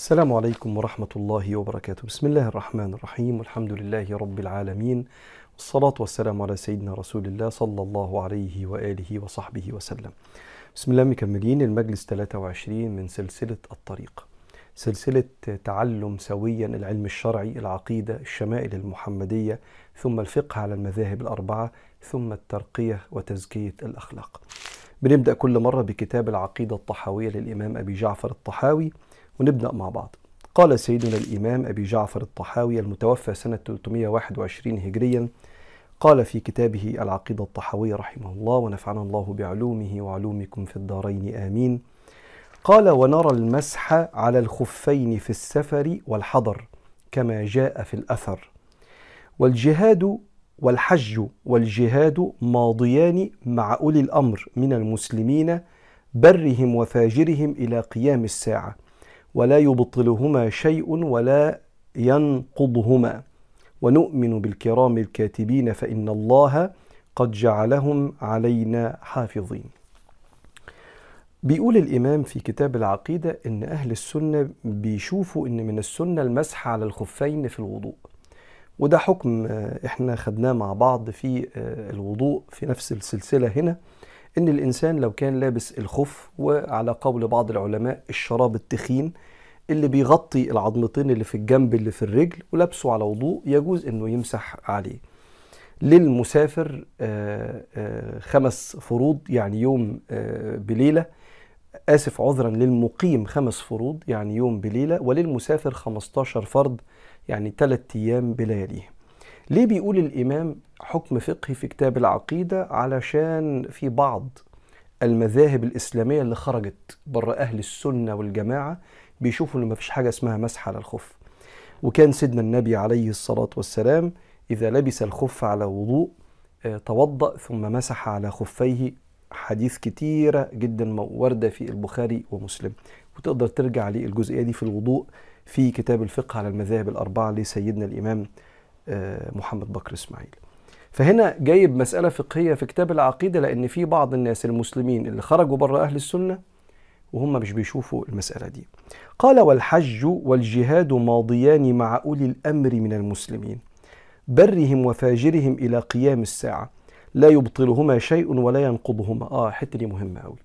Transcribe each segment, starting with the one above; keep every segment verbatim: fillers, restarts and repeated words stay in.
السلام عليكم ورحمة الله وبركاته. بسم الله الرحمن الرحيم، والحمد لله رب العالمين، والصلاة والسلام على سيدنا رسول الله صلى الله عليه وآله وصحبه وسلم. بسم الله. مكملين المجلس ثلاثة وعشرين من سلسلة الطريق، سلسلة تعلم سويا العلم الشرعي، العقيدة، الشمائل المحمدية، ثم الفقه على المذاهب الأربعة، ثم الترقية وتزكية الأخلاق. بنبدأ كل مرة بكتاب العقيدة الطحاوية للإمام أبي جعفر الطحاوي، ونبدأ مع بعض. قال سيدنا الإمام أبي جعفر الطحاوي المتوفى سنة ثلاثمائة وواحد وعشرين هجريا، قال في كتابه العقيدة الطحاوية رحمه الله ونفعنا الله بعلومه وعلومكم في الدارين آمين. قال: ونرى المسح على الخفين في السفر والحضر كما جاء في الأثر، والجهاد والحج والجهاد ماضيان مع أولي الأمر من المسلمين برهم وفاجرهم إلى قيام الساعة، ولا يبطلهما شيء ولا ينقضهما، ونؤمن بالكرام الكاتبين فإن الله قد جعلهم علينا حافظين. بيقول الإمام في كتاب العقيدة إن أهل السنة بيشوفوا إن من السنة المسح على الخفين في الوضوء، وده حكم إحنا خدناه مع بعض في الوضوء في نفس السلسلة هنا، إن الإنسان لو كان لابس الخف، وعلى قول بعض العلماء الشراب التخين اللي بيغطي العظمتين اللي في الجنب اللي في الرجل، ولابسه على وضوء، يجوز إنه يمسح عليه. للمسافر خمس فروض يعني يوم بليلة، آسف عذرا للمقيم خمس فروض يعني يوم بليلة، وللمسافر خمستاشر فرض يعني ثلاث أيام بلياليه. ليه بيقول الإمام حكم فقهي في كتاب العقيدة؟ علشان في بعض المذاهب الإسلامية اللي خرجت بره أهل السنة والجماعة بيشوفوا إن مفيش حاجة اسمها مسح على الخف. وكان سيدنا النبي عليه الصلاة والسلام إذا لبس الخف على وضوء توضأ ثم مسح على خفيه، حديث كتيرة جدا واردة في البخاري ومسلم، وتقدر ترجع للجزئية دي في الوضوء في كتاب الفقه على المذاهب الأربعة لسيدنا الإمام محمد بكر إسماعيل. فهنا جايب مسألة فقهية في كتاب العقيدة، لأن في بعض الناس المسلمين اللي خرجوا بره أهل السنة وهم مش بيشوفوا المسألة دي. قال: والحج والجهاد ماضيان مع أولي الأمر من المسلمين برهم وفاجرهم إلى قيام الساعة، لا يبطلهما شيء ولا ينقضهما. آه حتة دي مهمة أوي.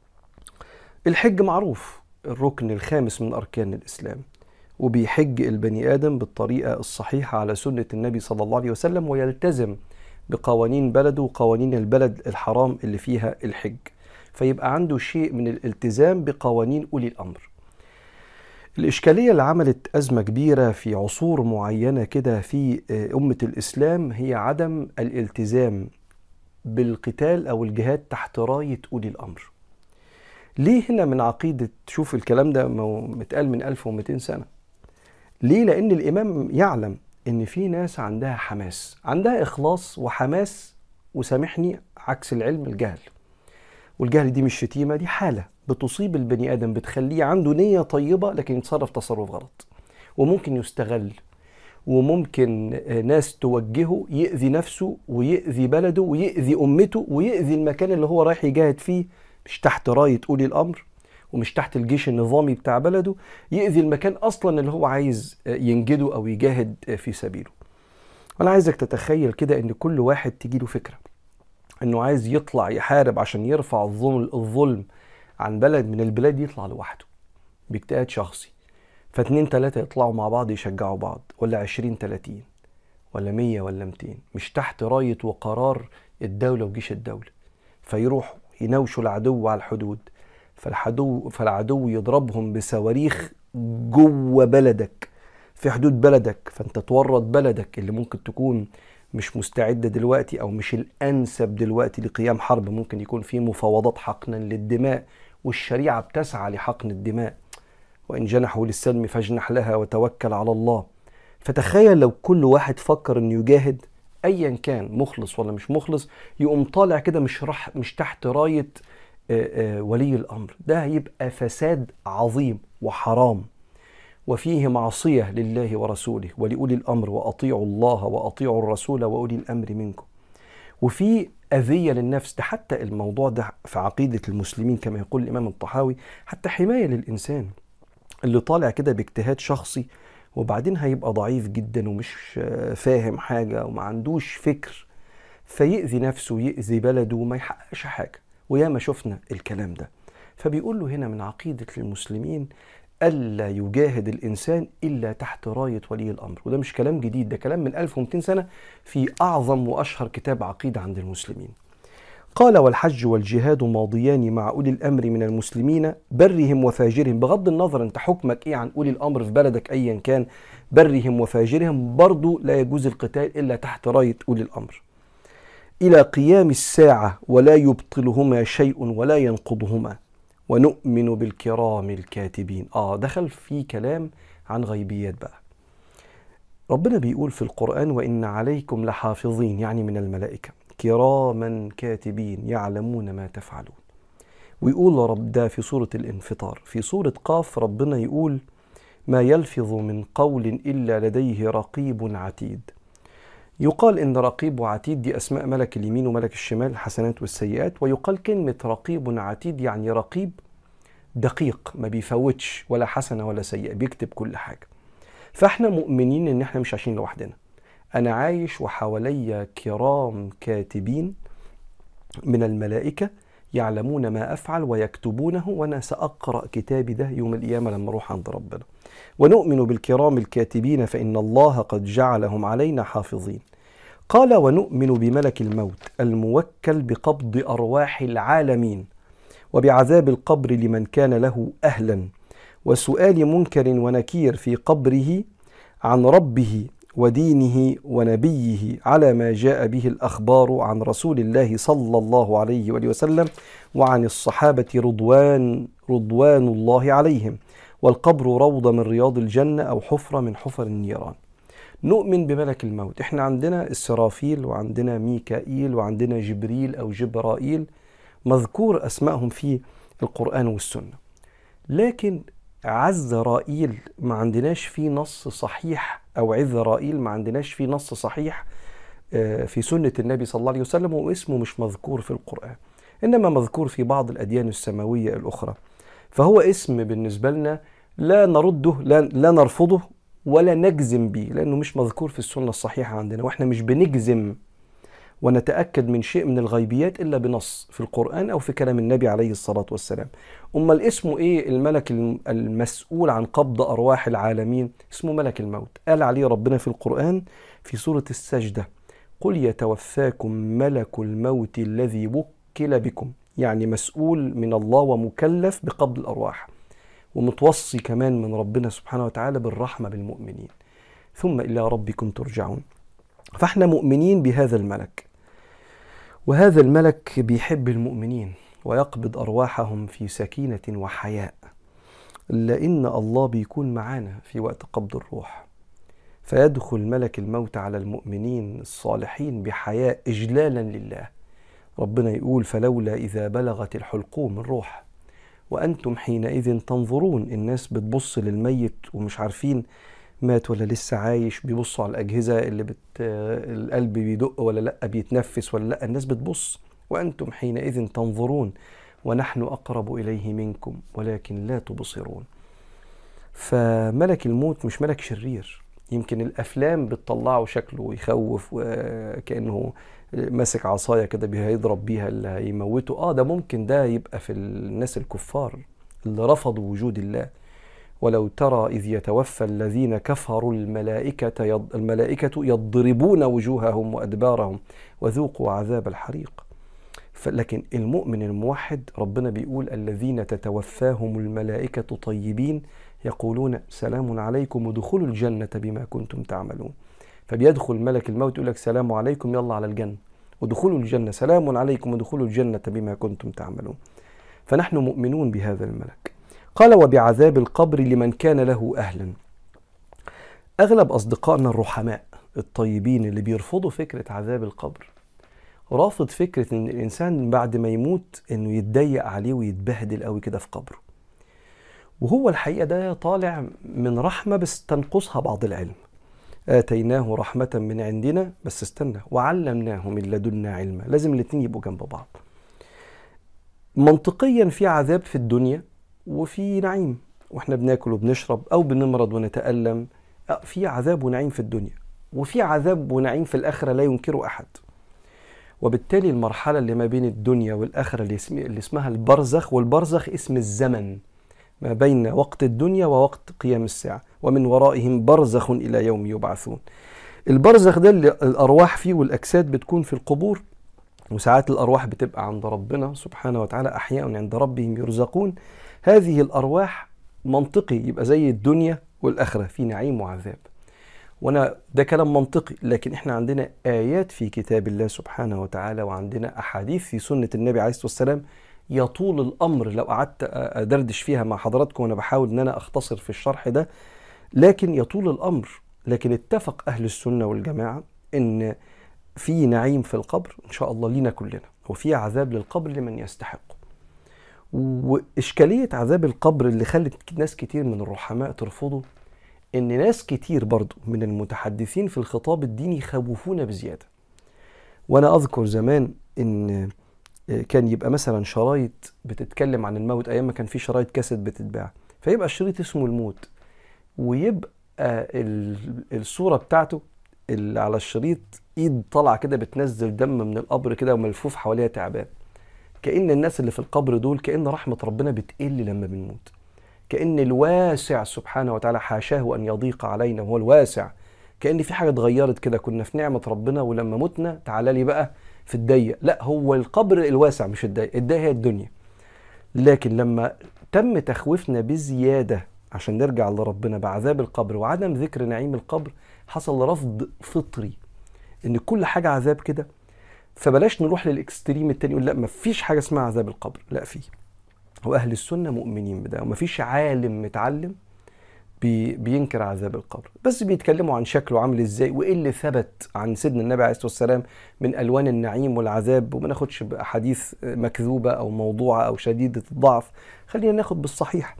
الحج معروف الركن الخامس من أركان الإسلام، وبيحج البني آدم بالطريقة الصحيحة على سنة النبي صلى الله عليه وسلم، ويلتزم بقوانين بلده وقوانين البلد الحرام اللي فيها الحج، فيبقى عنده شيء من الالتزام بقوانين أولي الأمر. الإشكالية اللي عملت أزمة كبيرة في عصور معينة كده في أمة الإسلام هي عدم الالتزام بالقتال أو الجهاد تحت راية أولي الأمر. ليه هنا من عقيدة؟ شوف الكلام ده متقال من ألف ومئتين سنة. ليه؟ لأن الإمام يعلم إن في ناس عندها حماس، عندها إخلاص وحماس، وسامحني عكس العلم الجهل، والجهل دي مش شتيمة، دي حالة بتصيب البني آدم بتخليه عنده نية طيبة لكن يتصرف تصرف غلط، وممكن يستغل، وممكن ناس توجهه يؤذي نفسه ويؤذي بلده ويؤذي أمته ويؤذي المكان اللي هو رايح يجاهد فيه، مش تحت راية أولي الأمر ومش تحت الجيش النظامي بتاع بلده، يؤذي المكان أصلا اللي هو عايز ينجده أو يجاهد في سبيله. أنا عايزك تتخيل كده إن كل واحد تجيله فكرة إنه عايز يطلع يحارب عشان يرفع الظلم, الظلم عن بلد من البلاد، يطلع لوحده باجتهاد شخصي، فاتنين تلاتة يطلعوا مع بعض يشجعوا بعض، ولا عشرين تلاتين ولا مية ولا متين، مش تحت راية وقرار الدولة وجيش الدولة، فيروحوا يناوشوا العدو على الحدود، فالعدو, فالعدو يضربهم بصواريخ جوه بلدك في حدود بلدك، فانت تورط بلدك اللي ممكن تكون مش مستعدة دلوقتي أو مش الأنسب دلوقتي لقيام حرب، ممكن يكون في مفاوضات حقنا للدماء، والشريعة بتسعى لحقن الدماء، وإن جنحوا للسلم فاجنح لها وتوكل على الله. فتخيل لو كل واحد فكر إنه يجاهد أيا كان مخلص ولا مش مخلص، يقوم طالع كده مش رح مش تحت راية آآ آآ ولي الأمر، ده هيبقى فساد عظيم وحرام، وفيه معصية لله ورسوله ولأولي الأمر، وأطيعوا الله وأطيعوا الرسول وأولي الأمر منكم، وفي أذية للنفس. ده حتى الموضوع ده في عقيدة المسلمين كما يقول الإمام الطحاوي حتى حماية للإنسان. اللي طالع كده باجتهاد شخصي وبعدين هيبقى ضعيف جدا ومش فاهم حاجة وما عندوش فكر، فيأذي نفسه ويأذي بلده وما يحققش حاجة، وياما شفنا الكلام ده. فبيقول له هنا من عقيدة المسلمين ألا يجاهد الإنسان إلا تحت راية ولي الأمر. وده مش كلام جديد، ده كلام من ألف ومئتين سنة في أعظم وأشهر كتاب عقيدة عند المسلمين. قال والحج والجهاد ماضيان مع أولي الأمر من المسلمين برهم وفاجرهم. بغض النظر أنت حكمك إيه عن أولي الأمر في بلدك أيا كان، برهم وفاجرهم برضو لا يجوز القتال إلا تحت راية أولي الأمر إلى قيام الساعة ولا يبطلهما شيء ولا ينقضهما، ونؤمن بالكرام الكاتبين. آه دخل في كلام عن غيبيات بقى. ربنا بيقول في القرآن وإن عليكم لحافظين، يعني من الملائكة كراما كاتبين يعلمون ما تفعلون. ويقول رب ده في سورة الانفطار. في سورة قاف ربنا يقول ما يلفظ من قول إلا لديه رقيب عتيد. يقال إن رقيب وعتيد دي أسماء ملك اليمين وملك الشمال، الحسنات والسيئات. ويقال كلمة رقيب عتيد يعني رقيب دقيق ما بيفوتش ولا حسنة ولا سيئة، بيكتب كل حاجة. فاحنا مؤمنين إن احنا مش عايشين لوحدنا، أنا عايش وحواليا كرام كاتبين من الملائكة يعلمون ما أفعل ويكتبونه، وأنا سأقرأ كتابي ده يوم القيامة لما أروح عند ربنا. ونؤمن بالكرام الكاتبين فإن الله قد جعلهم علينا حافظين. قال ونؤمن بملك الموت الموكل بقبض أرواح العالمين وبعذاب القبر لمن كان له أهلا، وسؤال منكر ونكير في قبره عن ربه ودينه ونبيه على ما جاء به الأخبار عن رسول الله صلى الله عليه وآله وسلم وعن الصحابة رضوان رضوان الله عليهم. والقبر روضة من رياض الجنة أو حفرة من حفر النيران. نؤمن بملك الموت. احنا عندنا إسرافيل وعندنا ميكائيل وعندنا جبريل أو جبرائيل، مذكور أسمائهم في القرآن والسنة. لكن عزرائيل ما عندناش فيه نص صحيح، أو عزرائيل ما عندناش فيه نص صحيح في سنة النبي صلى الله عليه وسلم، واسمه مش مذكور في القرآن، إنما مذكور في بعض الأديان السماوية الأخرى. فهو اسم بالنسبة لنا لا نرده لا, لا نرفضه ولا نجزم به، لأنه مش مذكور في السنة الصحيحة عندنا، وإحنا مش بنجزم ونتأكد من شيء من الغيبيات إلا بنص في القرآن أو في كلام النبي عليه الصلاة والسلام. أما الاسم إيه الملك المسؤول عن قبض أرواح العالمين؟ اسمه ملك الموت. قال عليه ربنا في القرآن في سورة السجدة قل يتوفاكم ملك الموت الذي وكل بكم، يعني مسؤول من الله ومكلف بقبض الأرواح، ومتوصي كمان من ربنا سبحانه وتعالى بالرحمة بالمؤمنين، ثم إلى ربكم ترجعون. فاحنا مؤمنين بهذا الملك، وهذا الملك بيحب المؤمنين ويقبض أرواحهم في سكينة وحياء، لأن الله بيكون معانا في وقت قبض الروح. فيدخل ملك الموت على المؤمنين الصالحين بحياء إجلالا لله. ربنا يقول فلولا إذا بلغت الحلقوم الروح وأنتم حينئذ تنظرون. الناس بتبص للميت ومش عارفين مات ولا لسه عايش، بيبصوا على الأجهزة اللي بت... القلب بيدق ولا لأ، بيتنفس ولا لأ، الناس بتبص. وأنتم حينئذ تنظرون ونحن أقرب إليه منكم ولكن لا تبصرون. فملك الموت مش ملك شرير، يمكن الأفلام بتطلعه شكله يخوف وكأنه ماسك عصاية كده هيضرب بيها اللي هيموته. آه ده ممكن ده يبقى في الناس الكفار اللي رفضوا وجود الله. ولو ترى إذ يتوفى الذين كفروا الملائكة يض... الملائكة يضربون وجوههم وأدبارهم وذوقوا عذاب الحريق. لكن المؤمن الموحد ربنا بيقول الذين تتوفاهم الملائكة طيبين يقولون سلام عليكم ودخلوا الجنة بما كنتم تعملون. فبيدخل ملك الموت يقول لك سلام عليكم يلا على الجنة ودخلوا الجنة، سلام عليكم ودخلوا الجنة بما كنتم تعملون. فنحن مؤمنون بهذا الملك. قال وبعذاب القبر لمن كان له أهلا. أغلب أصدقائنا الرحماء الطيبين اللي بيرفضوا فكرة عذاب القبر، رافض فكرة إن الإنسان بعد ما يموت إنه يتضيق عليه ويتبهدل قوي كده في قبره. وهو الحقيقة ده طالع من رحمة بس تنقصها بعض العلم. آتيناه رحمة من عندنا، بس استنى، وعلمناه من لدنا علما. لازم الاتنين يبقوا جنب بعض. منطقيا في عذاب في الدنيا وفي نعيم، واحنا بناكل وبنشرب او بنمرض ونتألم، في عذاب ونعيم في الدنيا، وفي عذاب ونعيم في الآخرة لا ينكره أحد. وبالتالي المرحلة اللي ما بين الدنيا والآخرة اللي, اسم اللي اسمها البرزخ، والبرزخ اسم الزمن ما بين وقت الدنيا ووقت قيام الساعة، ومن ورائهم برزخ إلى يوم يبعثون. البرزخ ده اللي الأرواح فيه والأجساد بتكون في القبور، وساعات الأرواح بتبقى عند ربنا سبحانه وتعالى، أحياء عند ربهم يرزقون. هذه الأرواح منطقي يبقى زي الدنيا والآخرة في نعيم وعذاب، وانا ده كلام منطقي، لكن احنا عندنا آيات في كتاب الله سبحانه وتعالى، وعندنا أحاديث في سنة النبي عليه الصلاة والسلام يطول الأمر لو قعدت أدردش فيها مع حضراتكم، وانا بحاول ان انا اختصر في الشرح ده، لكن يطول الأمر. لكن اتفق أهل السنة والجماعة ان في نعيم في القبر إن شاء الله لينا كلنا، وفي عذاب للقبر لمن يستحقه. وإشكالية عذاب القبر اللي خلت ناس كتير من الرحماء ترفضه، إن ناس كتير برضو من المتحدثين في الخطاب الديني خوفونا بزيادة. وأنا أذكر زمان إن كان يبقى مثلا شرايط بتتكلم عن الموت، أيام ما كان في شرايط كاسيت بتتباع، فيبقى الشريط اسمه الموت، ويبقى الصورة بتاعته اللي على الشريط إيد طالعة كده بتنزل دم من القبر كده وملفوف حواليها تعبان، كأن الناس اللي في القبر دول كأن رحمة ربنا بتقل لما بنموت، كأن الواسع سبحانه وتعالى حاشاه أن يضيق علينا وهو الواسع، كأن في حاجة اتغيرت كده، كنا في نعمة ربنا ولما متنا تعالى لي بقى في الضيق. لا، هو القبر الواسع مش الضيق، الضيق هي الدنيا. لكن لما تم تخويفنا بزيادة عشان نرجع لربنا بعذاب القبر وعدم ذكر نعيم القبر، حصل رفض فطري ان كل حاجة عذاب كده، فبلاش نروح للاكستريم التاني يقول لا مفيش حاجة اسمها عذاب القبر. لا، فيه، واهل السنة مؤمنين بده، ومفيش عالم متعلم بي بينكر عذاب القبر، بس بيتكلموا عن شكله عامل ازاي وايه اللي ثبت عن سيدنا النبي عليه الصلاة والسلام من الوان النعيم والعذاب، وما ناخدش باحاديث مكذوبة او موضوعة او شديدة الضعف، خلينا ناخد بالصحيح.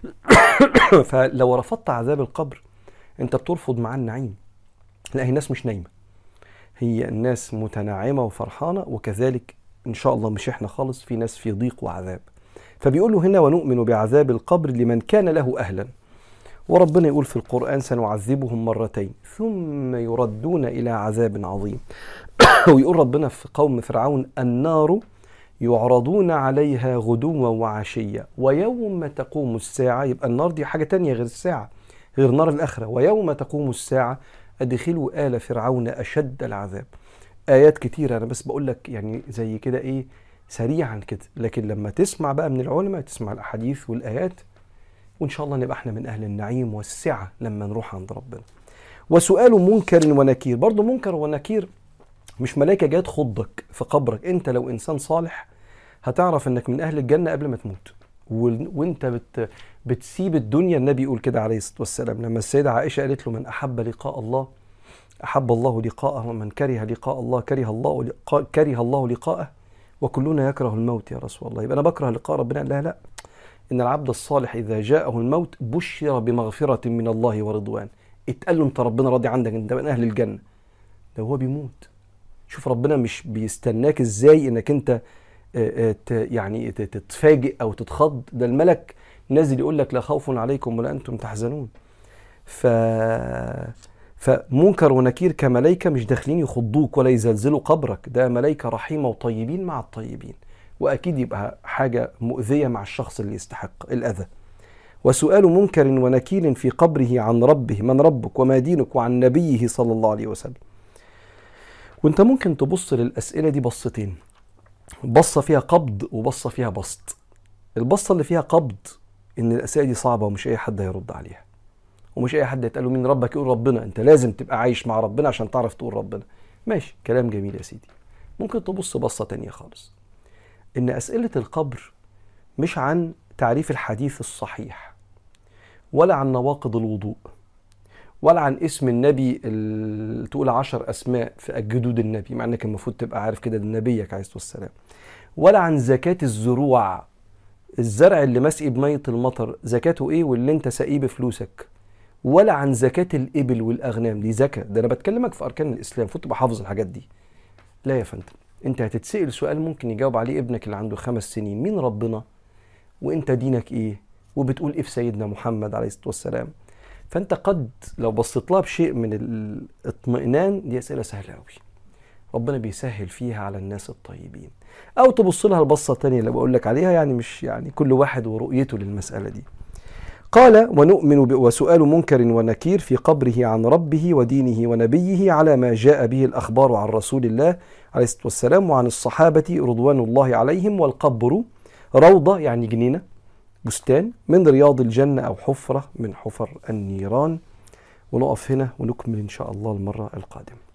فلو رفضت عذاب القبر انت بترفض معاه النعيم. لا، هي الناس مش نايمة، هي الناس متنعمة وفرحانة، وكذلك ان شاء الله مش احنا خالص، في ناس في ضيق وعذاب. فبيقولوا هنا ونؤمن بعذاب القبر لمن كان له أهلا. وربنا يقول في القرآن سنعذبهم مرتين ثم يردون إلى عذاب عظيم. ويقول ربنا في قوم فرعون النار يعرضون عليها غدوا وعشيا ويوم تقوم الساعة. يبقى النار دي حاجة تانية غير الساعة، غير نار الآخرة. ويوم تقوم الساعة أدخلوا آل فرعون أشد العذاب. آيات كتيرة، أنا بس بقول لك يعني زي كده إيه سريعا كده، لكن لما تسمع بقى من العلماء تسمع الأحاديث والآيات، وإن شاء الله نبقى احنا من أهل النعيم والسعة لما نروح عند ربنا. وسؤال منكر ونكير، برضو منكر ونكير مش ملائكة جاية تخضك في قبرك. انت لو إنسان صالح هتعرف انك من أهل الجنة قبل ما تموت، وانت بت بتسيب الدنيا. النبي يقول كده عليه الصلاة والسلام لما السيدة عائشة قالت له من أحب لقاء الله أحب الله لقاءه، ومن كره لقاء الله كره الله لقاء كره الله لقاءه، وكلنا يكره الموت يا رسول الله. يبقى أنا بكره لقاء ربنا؟ لا لا، إن العبد الصالح إذا جاءه الموت بشر بمغفرة من الله ورضوان. اتقال له أنت ربنا راضي عنك، أنت من أهل الجنة. ده هو بيموت. شوف ربنا مش بيستناك إزاي إنك أنت يعني تتفاجئ أو تتخض. ده الملك نازل يقول لك لا خوف عليكم ولا أنتم تحزنون. ف فمنكر ونكير كملائكة مش داخلين يخضوك ولا يزلزلوا قبرك، ده ملائكة رحيمة وطيبين مع الطيبين، وأكيد يبقى حاجة مؤذية مع الشخص اللي يستحق الأذى. وسؤال منكر ونكير في قبره عن ربه من ربك وما دينك وعن نبيه صلى الله عليه وسلم. وانت ممكن تبص للأسئلة دي بصتين، بصة فيها قبض وبصة فيها بسط. البصة اللي فيها قبض إن الأسئلة دي صعبة ومش أي حد هيرد عليها، ومش أي حد يتقاله مين ربك يقول ربنا، أنت لازم تبقى عايش مع ربنا عشان تعرف تقول ربنا. ماشي، كلام جميل يا سيدي. ممكن تبص بصة تانية خالص، إن أسئلة القبر مش عن تعريف الحديث الصحيح، ولا عن نواقض الوضوء، ولا عن اسم النبي تقول عشر أسماء في جدود النبي مع أنك المفروض تبقى عارف كده ده نبيك عليه الصلاة والسلام، ولا عن زكاة الزروع، الزرع اللي مسقي بمية المطر زكاته إيه واللي أنت سقيه بفلوسك، ولا عن زكاة الإبل والأغنام، دي زكاة. ده أنا بتكلمك في أركان الإسلام، المفروض تبقى حافظ الحاجات دي. لا يا فندم، أنت هتتسأل سؤال ممكن يجاوب عليه ابنك اللي عنده خمس سنين، مين ربنا؟ وأنت دينك إيه؟ وبتقول إيه في سيدنا محمد عليه الصلاة والسلام. فأنت قد لو بصيت لها بشيء من الاطمئنان، دي أسئلة سهلة أوي ربنا بيسهل فيها على الناس الطيبين. أو تبص لها البصة التانية اللي بقول لك عليها، يعني مش يعني كل واحد ورؤيته للمسألة دي. قال: ونؤمن ب... وسؤال منكر ونكير في قبره عن ربه ودينه ونبيه على ما جاء به الأخبار عن رسول الله عليه الصلاة والسلام وعن الصحابة رضوان الله عليهم. والقبر روضة يعني جنينة، بستان من رياض الجنة أو حفرة من حفر النيران. ونقف هنا ونكمل إن شاء الله المرة القادمة.